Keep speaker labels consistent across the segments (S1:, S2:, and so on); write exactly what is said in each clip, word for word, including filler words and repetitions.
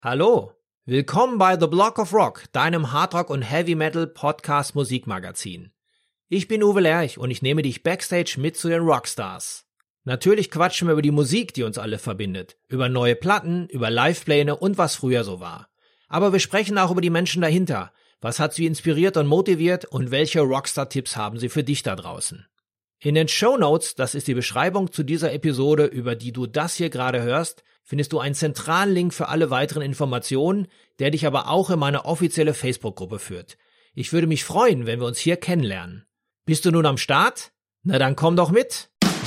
S1: Hallo, willkommen bei The Block of Rock, deinem Hardrock- und Heavy-Metal-Podcast-Musikmagazin. Ich bin Uwe Lerch und ich nehme dich backstage mit zu den Rockstars. Natürlich quatschen wir über die Musik, die uns alle verbindet, über neue Platten, über Livepläne und was früher so war. Aber wir sprechen auch über die Menschen dahinter. Was hat sie inspiriert und motiviert und welche Rockstar-Tipps haben sie für dich da draußen? In den Shownotes, das ist die Beschreibung zu dieser Episode, über die du das hier gerade hörst, findest du einen zentralen Link für alle weiteren Informationen, der dich aber auch in meine offizielle Facebook-Gruppe führt. Ich würde mich freuen, wenn wir uns hier kennenlernen. Bist du nun am Start? Na dann komm doch mit!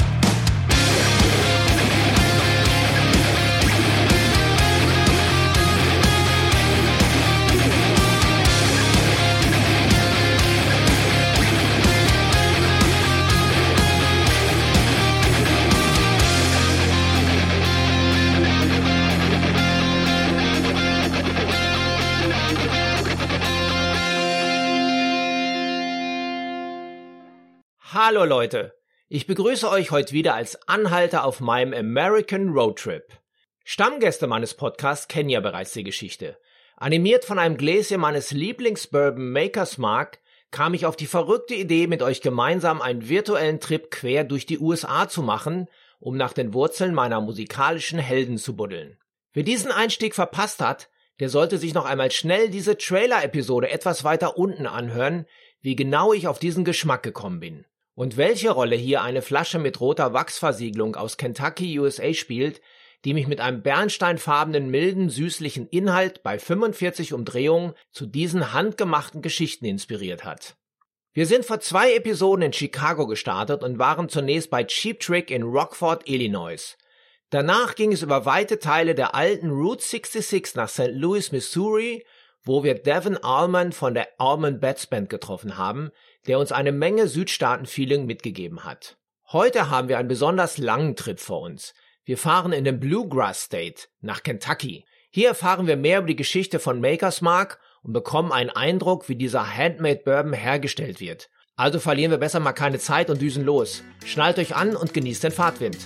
S1: Hallo Leute, ich begrüße euch heute wieder als Anhalter auf meinem American Road Trip. Stammgäste meines Podcasts kennen ja bereits die Geschichte. Animiert von einem Gläschen meines Lieblingsbourbon Maker's Mark kam ich auf die verrückte Idee, mit euch gemeinsam einen virtuellen Trip quer durch die U S A zu machen, um nach den Wurzeln meiner musikalischen Helden zu buddeln. Wer diesen Einstieg verpasst hat, der sollte sich noch einmal schnell diese Trailer-Episode etwas weiter unten anhören, wie genau ich auf diesen Geschmack gekommen bin. Und welche Rolle hier eine Flasche mit roter Wachsversiegelung aus Kentucky, U S A spielt, die mich mit einem bernsteinfarbenen, milden, süßlichen Inhalt bei fünfundvierzig Umdrehungen zu diesen handgemachten Geschichten inspiriert hat. Wir sind vor zwei Episoden in Chicago gestartet und waren zunächst bei Cheap Trick in Rockford, Illinois. Danach ging es über weite Teile der alten Route sechsundsechzig nach Saint Louis, Missouri, wo wir Devon Allman von der Allman Betts Band getroffen haben, der uns eine Menge Südstaaten-Feeling mitgegeben hat. Heute haben wir einen besonders langen Trip vor uns. Wir fahren in den Bluegrass State nach Kentucky. Hier erfahren wir mehr über die Geschichte von Maker's Mark und bekommen einen Eindruck, wie dieser Handmade Bourbon hergestellt wird. Also verlieren wir besser mal keine Zeit und düsen los. Schnallt euch an und genießt den Fahrtwind.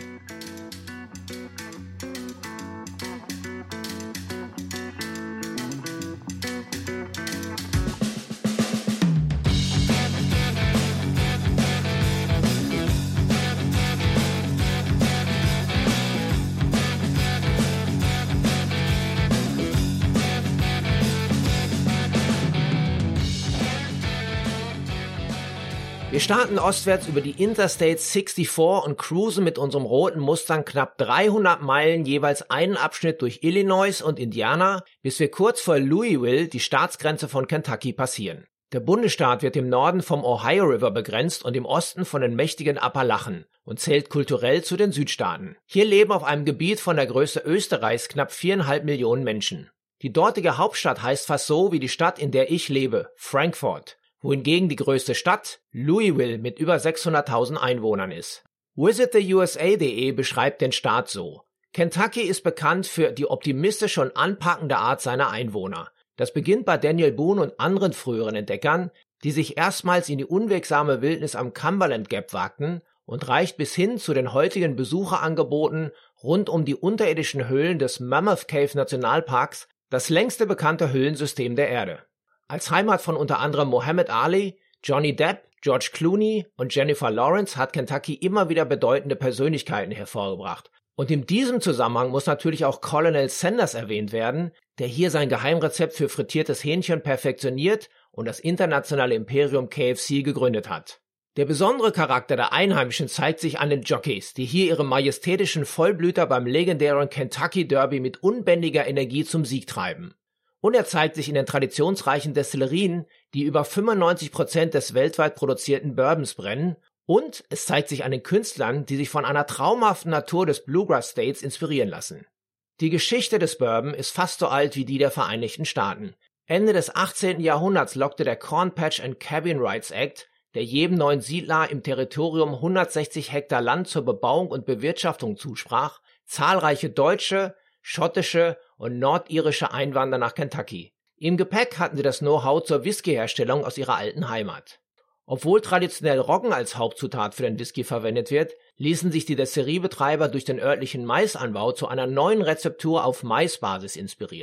S1: Wir starten ostwärts über die Interstate vierundsechzig und cruisen mit unserem roten Mustang knapp dreihundert Meilen jeweils einen Abschnitt durch Illinois und Indiana, bis wir kurz vor Louisville die Staatsgrenze von Kentucky passieren. Der Bundesstaat wird im Norden vom Ohio River begrenzt und im Osten von den mächtigen Appalachen und zählt kulturell zu den Südstaaten. Hier leben auf einem Gebiet von der Größe Österreichs knapp viereinhalb Millionen Menschen. Die dortige Hauptstadt heißt fast so wie die Stadt, in der ich lebe, Frankfort, wohingegen die größte Stadt Louisville mit über sechshunderttausend Einwohnern ist. Visit the U S A punkt de beschreibt den Staat so: Kentucky ist bekannt für die optimistische und anpackende Art seiner Einwohner. Das beginnt bei Daniel Boone und anderen früheren Entdeckern, die sich erstmals in die unwegsame Wildnis am Cumberland Gap wagten, und reicht bis hin zu den heutigen Besucherangeboten rund um die unterirdischen Höhlen des Mammoth Cave Nationalparks, das längste bekannte Höhlensystem der Erde. Als Heimat von unter anderem Muhammad Ali, Johnny Depp, George Clooney und Jennifer Lawrence hat Kentucky immer wieder bedeutende Persönlichkeiten hervorgebracht. Und in diesem Zusammenhang muss natürlich auch Colonel Sanders erwähnt werden, der hier sein Geheimrezept für frittiertes Hähnchen perfektioniert und das internationale Imperium K F C gegründet hat. Der besondere Charakter der Einheimischen zeigt sich an den Jockeys, die hier ihre majestätischen Vollblüter beim legendären Kentucky Derby mit unbändiger Energie zum Sieg treiben. Und er zeigt sich in den traditionsreichen Destillerien, die über fünfundneunzig Prozent des weltweit produzierten Bourbons brennen, und es zeigt sich an den Künstlern, die sich von einer traumhaften Natur des Bluegrass States inspirieren lassen. Die Geschichte des Bourbon ist fast so alt wie die der Vereinigten Staaten. Ende des achtzehnten Jahrhunderts lockte der Corn Patch and Cabin Rights Act, der jedem neuen Siedler im Territorium hundertsechzig Hektar Land zur Bebauung und Bewirtschaftung zusprach, zahlreiche deutsche, schottische und nordirische Einwanderer nach Kentucky. Im Gepäck hatten sie das Know-how zur Whiskyherstellung aus ihrer alten Heimat. Obwohl traditionell Roggen als Hauptzutat für den Whisky verwendet wird, ließen sich die Destilleriebetreiber durch den örtlichen Maisanbau zu einer neuen Rezeptur auf Maisbasis inspirieren.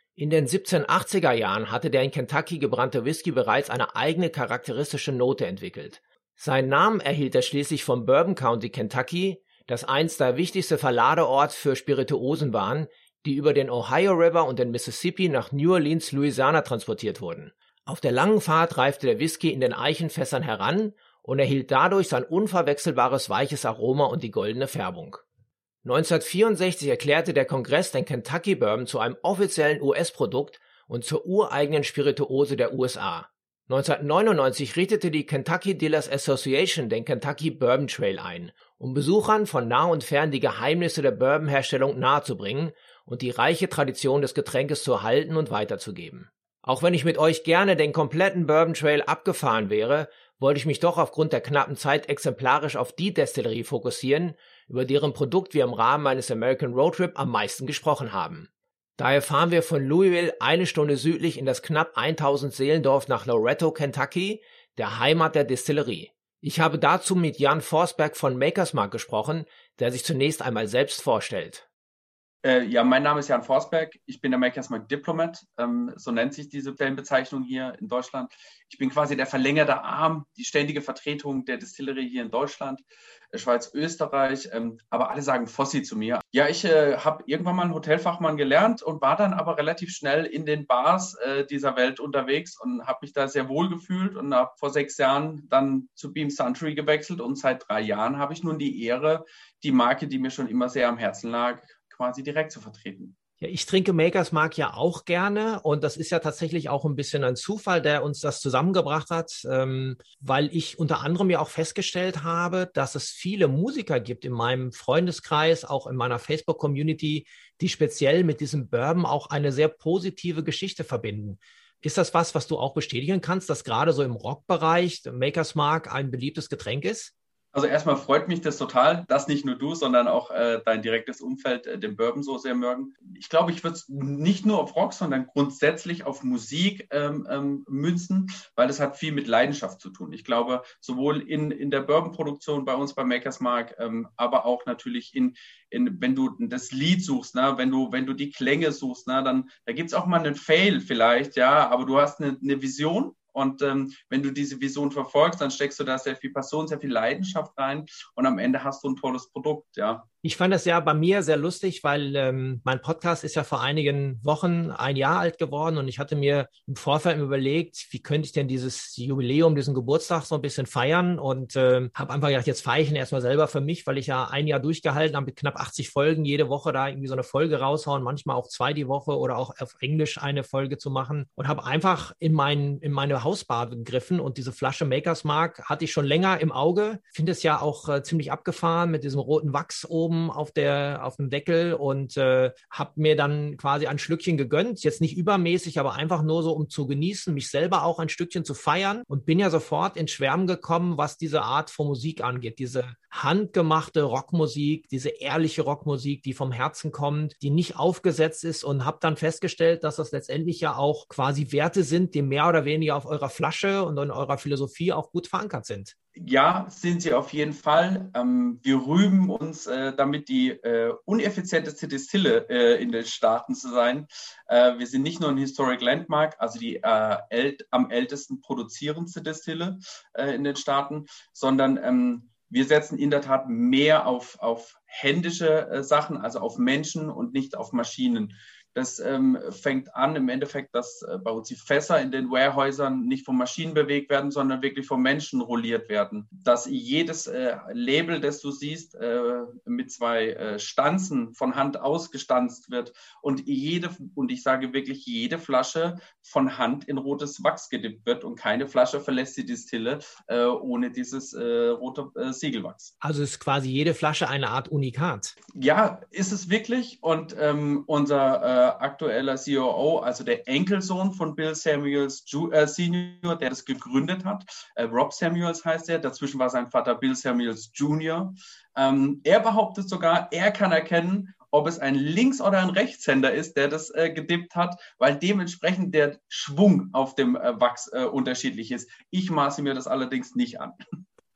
S1: In den siebzehnhundertachtziger Jahren hatte der in Kentucky gebrannte Whisky bereits eine eigene charakteristische Note entwickelt. Seinen Namen erhielt er schließlich vom Bourbon County, Kentucky, das einst der wichtigste Verladeort für Spirituosen waren, die über den Ohio River und den Mississippi nach New Orleans, Louisiana transportiert wurden. Auf der langen Fahrt reifte der Whisky in den Eichenfässern heran und erhielt dadurch sein unverwechselbares weiches Aroma und die goldene Färbung. neunzehnhundertvierundsechzig erklärte der Kongress den Kentucky Bourbon zu einem offiziellen U S-Produkt und zur ureigenen Spirituose der U S A. neunzehnhundertneunundneunzig richtete die Kentucky Dealers Association den Kentucky Bourbon Trail ein, um Besuchern von nah und fern die Geheimnisse der Bourbonherstellung nahezubringen und die reiche Tradition des Getränkes zu erhalten und weiterzugeben. Auch wenn ich mit euch gerne den kompletten Bourbon Trail abgefahren wäre, wollte ich mich doch aufgrund der knappen Zeit exemplarisch auf die Destillerie fokussieren, über deren Produkt wir im Rahmen meines American Roadtrip am meisten gesprochen haben. Daher fahren wir von Louisville eine Stunde südlich in das knapp tausend Seelendorf nach Loretto, Kentucky, der Heimat der Destillerie. Ich habe dazu mit Jan Forsberg von Maker's Mark gesprochen, der sich zunächst einmal selbst vorstellt.
S2: Äh, ja, mein Name ist Jan Forsberg. Ich bin der Maker's Mark Diplomat. Ähm, so nennt sich diese Stellenbezeichnung hier in Deutschland. Ich bin quasi der verlängerte Arm, die ständige Vertretung der Distillerie hier in Deutschland, äh, Schweiz, Österreich. Ähm, aber alle sagen Fossi zu mir. Ja, ich äh, habe irgendwann mal einen Hotelfachmann gelernt und war dann aber relativ schnell in den Bars äh, dieser Welt unterwegs und habe mich da sehr wohl gefühlt und habe vor sechs Jahren dann zu Beam Suntory gewechselt und seit drei Jahren habe ich nun die Ehre, die Marke, die mir schon immer sehr am Herzen lag, quasi direkt zu vertreten.
S1: Ja, ich trinke Maker's Mark ja auch gerne und das ist ja tatsächlich auch ein bisschen ein Zufall, der uns das zusammengebracht hat, ähm, weil ich unter anderem ja auch festgestellt habe, dass es viele Musiker gibt in meinem Freundeskreis, auch in meiner Facebook-Community, die speziell mit diesem Bourbon auch eine sehr positive Geschichte verbinden. Ist das was, was du auch bestätigen kannst, dass gerade so im Rockbereich Maker's Mark ein beliebtes Getränk ist?
S2: Also erstmal freut mich das total, dass nicht nur du, sondern auch äh, dein direktes Umfeld äh, den Bourbon so sehr mögen. Ich glaube, ich würde es nicht nur auf Rock, sondern grundsätzlich auf Musik ähm, ähm, münzen, weil es hat viel mit Leidenschaft zu tun. Ich glaube, sowohl in, in der Bourbon-Produktion bei uns bei Maker's Mark, ähm, aber auch natürlich in, in, wenn du das Lied suchst, ne, wenn du, wenn du die Klänge suchst, ne, dann da gibt es auch mal einen Fail vielleicht, ja, aber du hast eine, eine Vision. Und ähm, wenn du diese Vision verfolgst, dann steckst du da sehr viel Passion, sehr viel Leidenschaft rein und am Ende hast du ein tolles Produkt, ja.
S1: Ich fand das ja bei mir sehr lustig, weil ähm, mein Podcast ist ja vor einigen Wochen ein Jahr alt geworden und ich hatte mir im Vorfeld überlegt, wie könnte ich denn dieses Jubiläum, diesen Geburtstag so ein bisschen feiern und äh, habe einfach gedacht, jetzt feiere ich ihn erstmal selber für mich, weil ich ja ein Jahr durchgehalten habe mit knapp achtzig Folgen, jede Woche da irgendwie so eine Folge raushauen, manchmal auch zwei die Woche oder auch auf Englisch eine Folge zu machen und habe einfach in, mein, in meine Hausbar gegriffen und diese Flasche Maker's Mark hatte ich schon länger im Auge, finde es ja auch äh, ziemlich abgefahren mit diesem roten Wachs oben auf der auf dem Deckel und äh, habe mir dann quasi ein Schlückchen gegönnt, jetzt nicht übermäßig, aber einfach nur so, um zu genießen, mich selber auch ein Stückchen zu feiern und bin ja sofort ins Schwärmen gekommen, was diese Art von Musik angeht, diese handgemachte Rockmusik, diese ehrliche Rockmusik, die vom Herzen kommt, die nicht aufgesetzt ist und habe dann festgestellt, dass das letztendlich ja auch quasi Werte sind, die mehr oder weniger auf eurer Flasche und in eurer Philosophie auch gut verankert sind.
S2: Ja, sind sie auf jeden Fall. Ähm, wir rühmen uns äh, damit, die äh, uneffizienteste Distille äh, in den Staaten zu sein. Äh, wir sind nicht nur ein Historic Landmark, also die äh, ält- am ältesten produzierendste Distille äh, in den Staaten, sondern ähm, wir setzen in der Tat mehr auf, auf händische äh, Sachen, also auf Menschen und nicht auf Maschinen. Das ähm, fängt an im Endeffekt, dass äh, bei uns die Fässer in den Warehäusern nicht von Maschinen bewegt werden, sondern wirklich von Menschen rolliert werden. Dass jedes äh, Label, das du siehst, äh, mit zwei äh, Stanzen von Hand ausgestanzt wird und jede, und ich sage wirklich jede Flasche von Hand in rotes Wachs gedippt wird und keine Flasche verlässt die Distille äh, ohne dieses äh, rote äh, Siegelwachs.
S1: Also ist quasi jede Flasche eine Art Unikat.
S2: Ja, ist es wirklich und ähm, unser äh, aktueller C O O, also der Enkelsohn von Bill Samuels Ju- äh, Senior, der das gegründet hat. Äh, Rob Samuels heißt er, dazwischen war sein Vater Bill Samuels Junior Ähm, er behauptet sogar, er kann erkennen, ob es ein Links- oder ein Rechtshänder ist, der das äh, gedippt hat, weil dementsprechend der Schwung auf dem äh, Wachs äh, unterschiedlich ist. Ich maße mir das allerdings nicht an.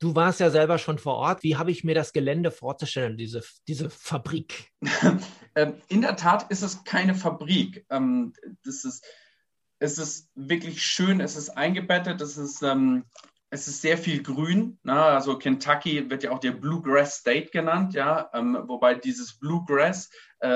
S1: Du warst ja selber schon vor Ort. Wie habe ich mir das Gelände vorzustellen, diese, diese Fabrik?
S2: In der Tat ist es keine Fabrik. Das ist, es ist wirklich schön, es ist eingebettet, es ist, es ist sehr viel Grün. Also Kentucky wird ja auch der Bluegrass State genannt, ja, wobei dieses Bluegrass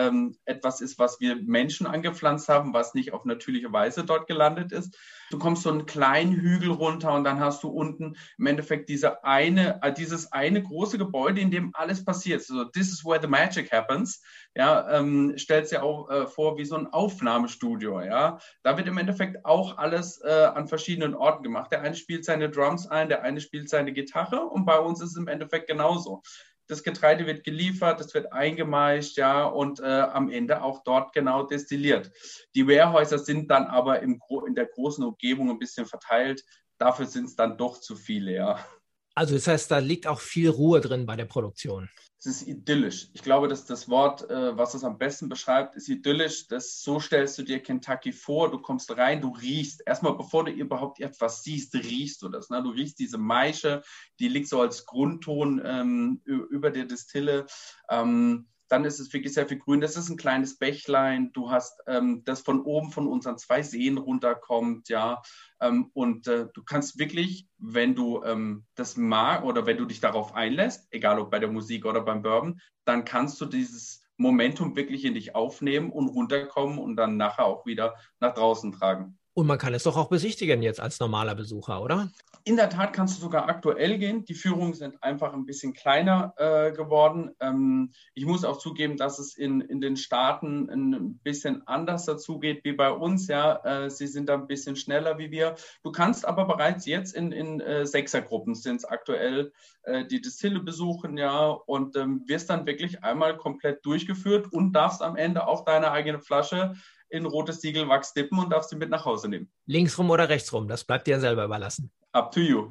S2: etwas ist, was wir Menschen angepflanzt haben, was nicht auf natürliche Weise dort gelandet ist. Du kommst so einen kleinen Hügel runter und dann hast du unten im Endeffekt diese eine, dieses eine große Gebäude, in dem alles passiert. So, this is where the magic happens. Ja, ähm, stellst dir auch äh, vor wie so ein Aufnahmestudio. Ja, da wird im Endeffekt auch alles äh, an verschiedenen Orten gemacht. Der eine spielt seine Drums ein, der eine spielt seine Gitarre und bei uns ist es im Endeffekt genauso. Das Getreide wird geliefert, es wird eingemeischt, ja, und äh, am Ende auch dort genau destilliert. Die Warehäuser sind dann aber im, in der großen Umgebung ein bisschen verteilt. Dafür sind es dann doch zu viele, ja.
S1: Also das heißt, da liegt auch viel Ruhe drin bei der Produktion.
S2: Es ist idyllisch. Ich glaube, dass das Wort, äh, was es am besten beschreibt, ist idyllisch. Das, so stellst du dir Kentucky vor. Du kommst rein, du riechst. Erstmal, bevor du überhaupt etwas siehst, riechst du das. Ne? Du riechst diese Maische, die liegt so als Grundton ähm, über der Distille. Ähm, Dann ist es wirklich sehr viel Grün. Das ist ein kleines Bächlein. Du hast ähm, das von oben von unseren zwei Seen runterkommt, ja. Ähm, und äh, du kannst wirklich, wenn du ähm, das magst oder wenn du dich darauf einlässt, egal ob bei der Musik oder beim Bourbon, dann kannst du dieses Momentum wirklich in dich aufnehmen und runterkommen und dann nachher auch wieder nach draußen tragen.
S1: Und man kann es doch auch besichtigen jetzt als normaler Besucher, oder?
S2: In der Tat kannst du sogar aktuell gehen. Die Führungen sind einfach ein bisschen kleiner äh, geworden. Ähm, ich muss auch zugeben, dass es in, in den Staaten ein bisschen anders dazu geht wie bei uns. Ja, äh, sie sind da ein bisschen schneller wie wir. Du kannst aber bereits jetzt in, in äh, Sechsergruppen sind es aktuell äh, die Distille besuchen, ja, und ähm, wirst dann wirklich einmal komplett durchgeführt und darfst am Ende auch deine eigene Flasche in rotes Siegelwachs dippen und darfst sie mit nach Hause nehmen.
S1: Linksrum oder rechtsrum, das bleibt dir selber überlassen.
S2: Up to you.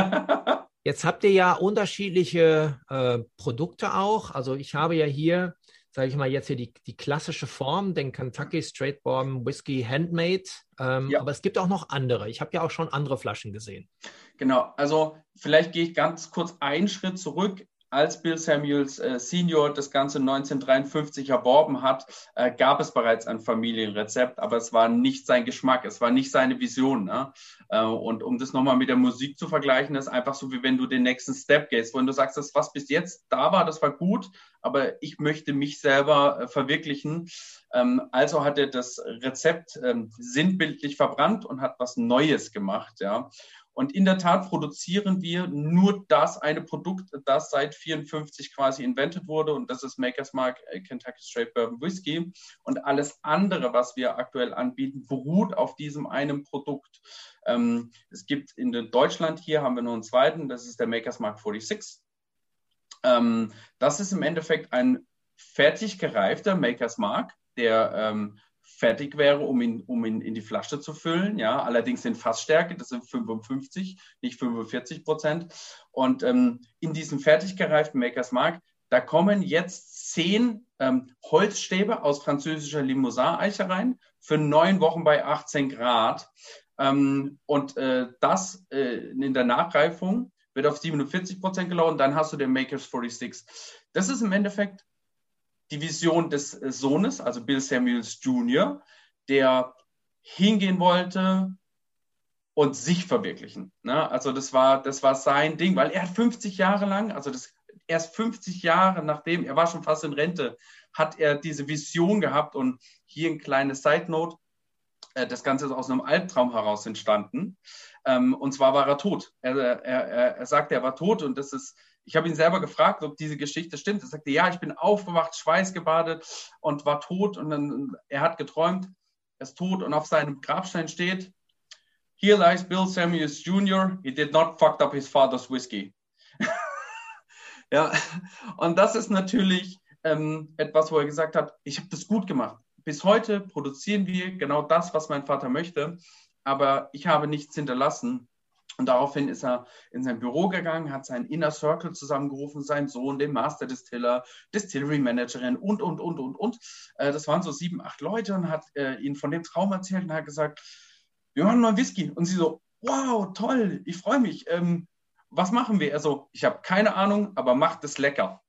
S1: Jetzt habt ihr ja unterschiedliche äh, Produkte auch. Also ich habe ja hier, sage ich mal, jetzt hier die, die klassische Form, den Kentucky Straight Bourbon Whiskey Handmade. Ähm, ja. Aber es gibt auch noch andere. Ich habe ja auch schon andere Flaschen gesehen.
S2: Genau, also vielleicht gehe ich ganz kurz einen Schritt zurück. Als Bill Samuels äh, Senior das Ganze neunzehnhundertdreiundfünfzig erworben hat, äh, gab es bereits ein Familienrezept, aber es war nicht sein Geschmack, es war nicht seine Vision. Ne? Äh, und um das nochmal mit der Musik zu vergleichen, ist einfach so, wie wenn du den nächsten Step gehst, wenn du sagst, das, was bis jetzt da war, das war gut, aber ich möchte mich selber äh, verwirklichen. Ähm, also hat er das Rezept ähm, sinnbildlich verbrannt und hat was Neues gemacht, ja. Und in der Tat produzieren wir nur das eine Produkt, das seit vierundfünfzig quasi invented wurde, und das ist Maker's Mark Kentucky Straight Bourbon Whiskey. Und alles andere, was wir aktuell anbieten, beruht auf diesem einen Produkt. Ähm, es gibt in Deutschland, hier haben wir nur einen zweiten, das ist der Maker's Mark sechsundvierzig. Ähm, das ist im Endeffekt ein fertig gereifter Maker's Mark, der ähm, fertig wäre, um ihn, um ihn in die Flasche zu füllen. Ja, allerdings in Fassstärke, das sind fünfundfünfzig, nicht fünfundvierzig Prozent. Und ähm, in diesem fertig gereiften Maker's Mark, da kommen jetzt zehn ähm, Holzstäbe aus französischer Limousin-Eiche rein für neun Wochen bei achtzehn Grad. Ähm, und äh, das äh, in der Nachreifung wird auf siebenundvierzig Prozent gelaufen. Dann hast du den Maker's sechsundvierzig. Das ist im Endeffekt die Vision des Sohnes, also Bill Samuels Junior, der hingehen wollte und sich verwirklichen. Ne? Also das war, das war sein Ding, weil er hat fünfzig Jahre lang, also das, erst fünfzig Jahre nachdem, er war schon fast in Rente, hat er diese Vision gehabt. Und hier ein kleines Side-Note, äh, das Ganze ist aus einem Albtraum heraus entstanden. Ähm, und zwar war er tot. Er, er, er, er sagte, er war tot, und das ist, ich habe ihn selber gefragt, ob diese Geschichte stimmt. Er sagte, ja, ich bin aufgewacht, schweißgebadet und war tot. Und dann, er hat geträumt, er ist tot, und auf seinem Grabstein steht, "Here lies Bill Samuels Junior He did not fuck up his father's whiskey." Ja, und das ist natürlich ähm, etwas, wo er gesagt hat, ich habe das gut gemacht. Bis heute produzieren wir genau das, was mein Vater möchte, aber ich habe nichts hinterlassen. Und daraufhin ist er in sein Büro gegangen, hat seinen Inner Circle zusammengerufen, seinen Sohn, den Master Distiller, Distillery Managerin und, und, und, und, und. Äh, das waren so sieben, acht Leute, und hat äh, ihnen von dem Traum erzählt und hat gesagt, wir machen einen neuen Whisky. Und sie so, wow, toll, ich freue mich. Ähm, was machen wir? Er so, ich habe keine Ahnung, aber macht es lecker.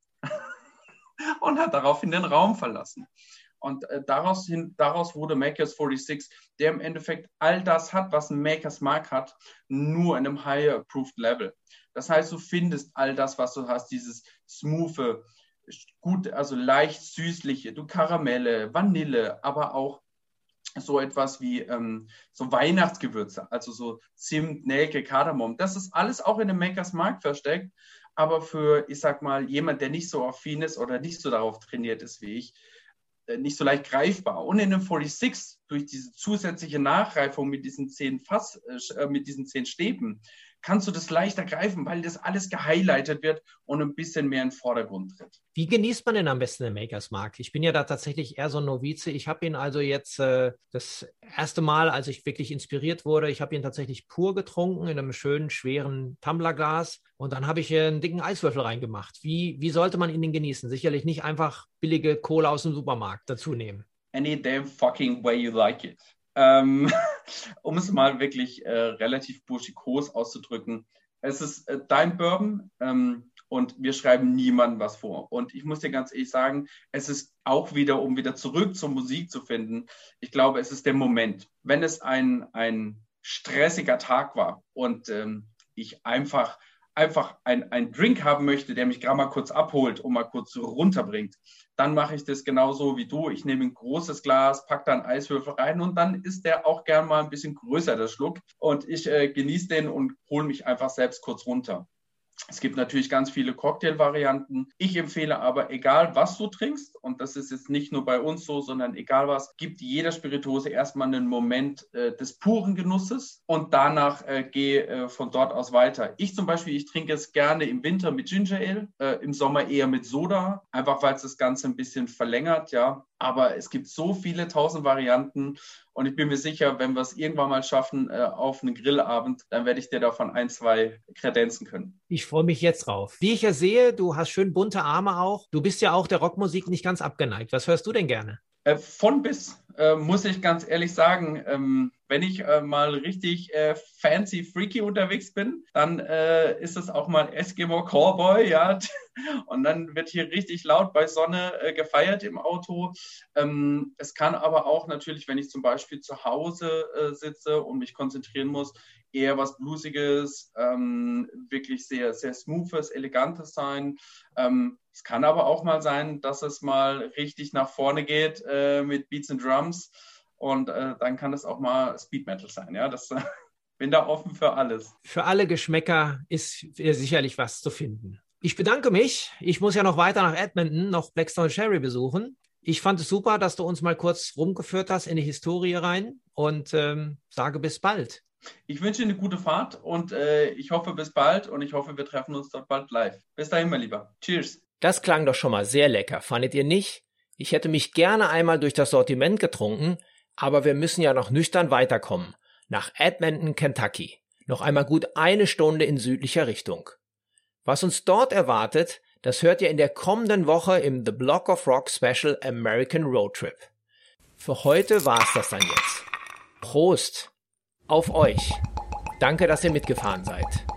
S2: Und hat daraufhin den Raum verlassen. Und äh, daraus, hin, daraus wurde Makers sechsundvierzig, der im Endeffekt all das hat, was ein Makers Mark hat, nur in einem Higher Approved Level. Das heißt, du findest all das, was du hast, dieses smoothe, gut, also leicht süßliche, du Karamelle, Vanille, aber auch so etwas wie ähm, so Weihnachtsgewürze, also so Zimt, Nelke, Kardamom. Das ist alles auch in dem Makers Mark versteckt, aber für, ich sag mal, jemand, der nicht so affin ist oder nicht so darauf trainiert ist wie ich, nicht so leicht greifbar. Und in dem sechsundvierzig, durch diese zusätzliche Nachreifung mit diesen zehn Fass, äh, mit diesen zehn Stäben, kannst du das leichter greifen, weil das alles gehighlightet wird und ein bisschen mehr in den Vordergrund tritt.
S1: Wie genießt man denn am besten den Makers Mark? Ich bin ja da tatsächlich eher so ein Novize. Ich habe ihn also jetzt äh, das erste Mal, als ich wirklich inspiriert wurde, ich habe ihn tatsächlich pur getrunken in einem schönen, schweren Tumblerglas und dann habe ich hier einen dicken Eiswürfel reingemacht. Wie, wie sollte man ihn denn genießen? Sicherlich nicht einfach billige Cola aus dem Supermarkt dazu nehmen.
S2: Any damn fucking way you like it. Ähm, um es mal wirklich äh, relativ burschikos auszudrücken. Es ist äh, dein Bourbon ähm, und wir schreiben niemandem was vor. Und ich muss dir ganz ehrlich sagen, es ist auch wieder, um wieder zurück zur Musik zu finden, ich glaube, es ist der Moment. Wenn es ein, ein stressiger Tag war und ähm, ich einfach einfach ein, ein Drink haben möchte, der mich gerade mal kurz abholt und mal kurz runterbringt, dann mache ich das genauso wie du. Ich nehme ein großes Glas, packe da einen Eiswürfel rein und dann ist der auch gern mal ein bisschen größer, der Schluck. Und ich äh, genieße den und hole mich einfach selbst kurz runter. Es gibt natürlich ganz viele Cocktail-Varianten. Ich empfehle aber, egal was du trinkst, und das ist jetzt nicht nur bei uns so, sondern egal was, gibt jeder Spirituose erstmal einen Moment äh, des puren Genusses und danach äh, gehe äh, von dort aus weiter. Ich zum Beispiel, ich trinke es gerne im Winter mit Ginger Ale, äh, im Sommer eher mit Soda, einfach weil es das Ganze ein bisschen verlängert, ja. Aber es gibt so viele tausend Varianten und ich bin mir sicher, wenn wir es irgendwann mal schaffen äh, auf einen Grillabend, dann werde ich dir davon ein, zwei kredenzen können.
S1: Ich freue mich jetzt drauf. Wie ich ja sehe, du hast schön bunte Arme auch. Du bist ja auch der Rockmusik nicht ganz abgeneigt. Was hörst du denn gerne?
S2: Äh, von bis, äh, muss ich ganz ehrlich sagen, ähm, wenn ich äh, mal richtig äh, fancy, freaky unterwegs bin, dann äh, ist es auch mal Eskimo Cowboy, ja, und dann wird hier richtig laut bei Sonne äh, gefeiert im Auto. Ähm, es kann aber auch natürlich, wenn ich zum Beispiel zu Hause äh, sitze und mich konzentrieren muss, eher was Bluesiges, ähm, wirklich sehr, sehr Smoothes, Elegantes sein. Ähm, es kann aber auch mal sein, dass es mal richtig nach vorne geht äh, mit Beats and Drums und äh, dann kann es auch mal Speed Metal sein. Ja, das äh, bin da offen für alles.
S1: Für alle Geschmäcker ist sicherlich was zu finden. Ich bedanke mich. Ich muss ja noch weiter nach Edmonton, noch Blackstone Cherry besuchen. Ich fand es super, dass du uns mal kurz rumgeführt hast in die Historie rein und ähm, sage bis bald.
S2: Ich wünsche dir eine gute Fahrt und äh, ich hoffe bis bald und ich hoffe, wir treffen uns dort bald live. Bis dahin, mein Lieber. Cheers.
S1: Das klang doch schon mal sehr lecker, fandet ihr nicht? Ich hätte mich gerne einmal durch das Sortiment getrunken, aber wir müssen ja noch nüchtern weiterkommen. Nach Edmonton, Kentucky. Noch einmal gut eine Stunde in südlicher Richtung. Was uns dort erwartet, das hört ihr in der kommenden Woche im The Block of Rock Special American Road Trip. Für heute war's das dann jetzt. Prost! Auf euch. Danke, dass ihr mitgefahren seid.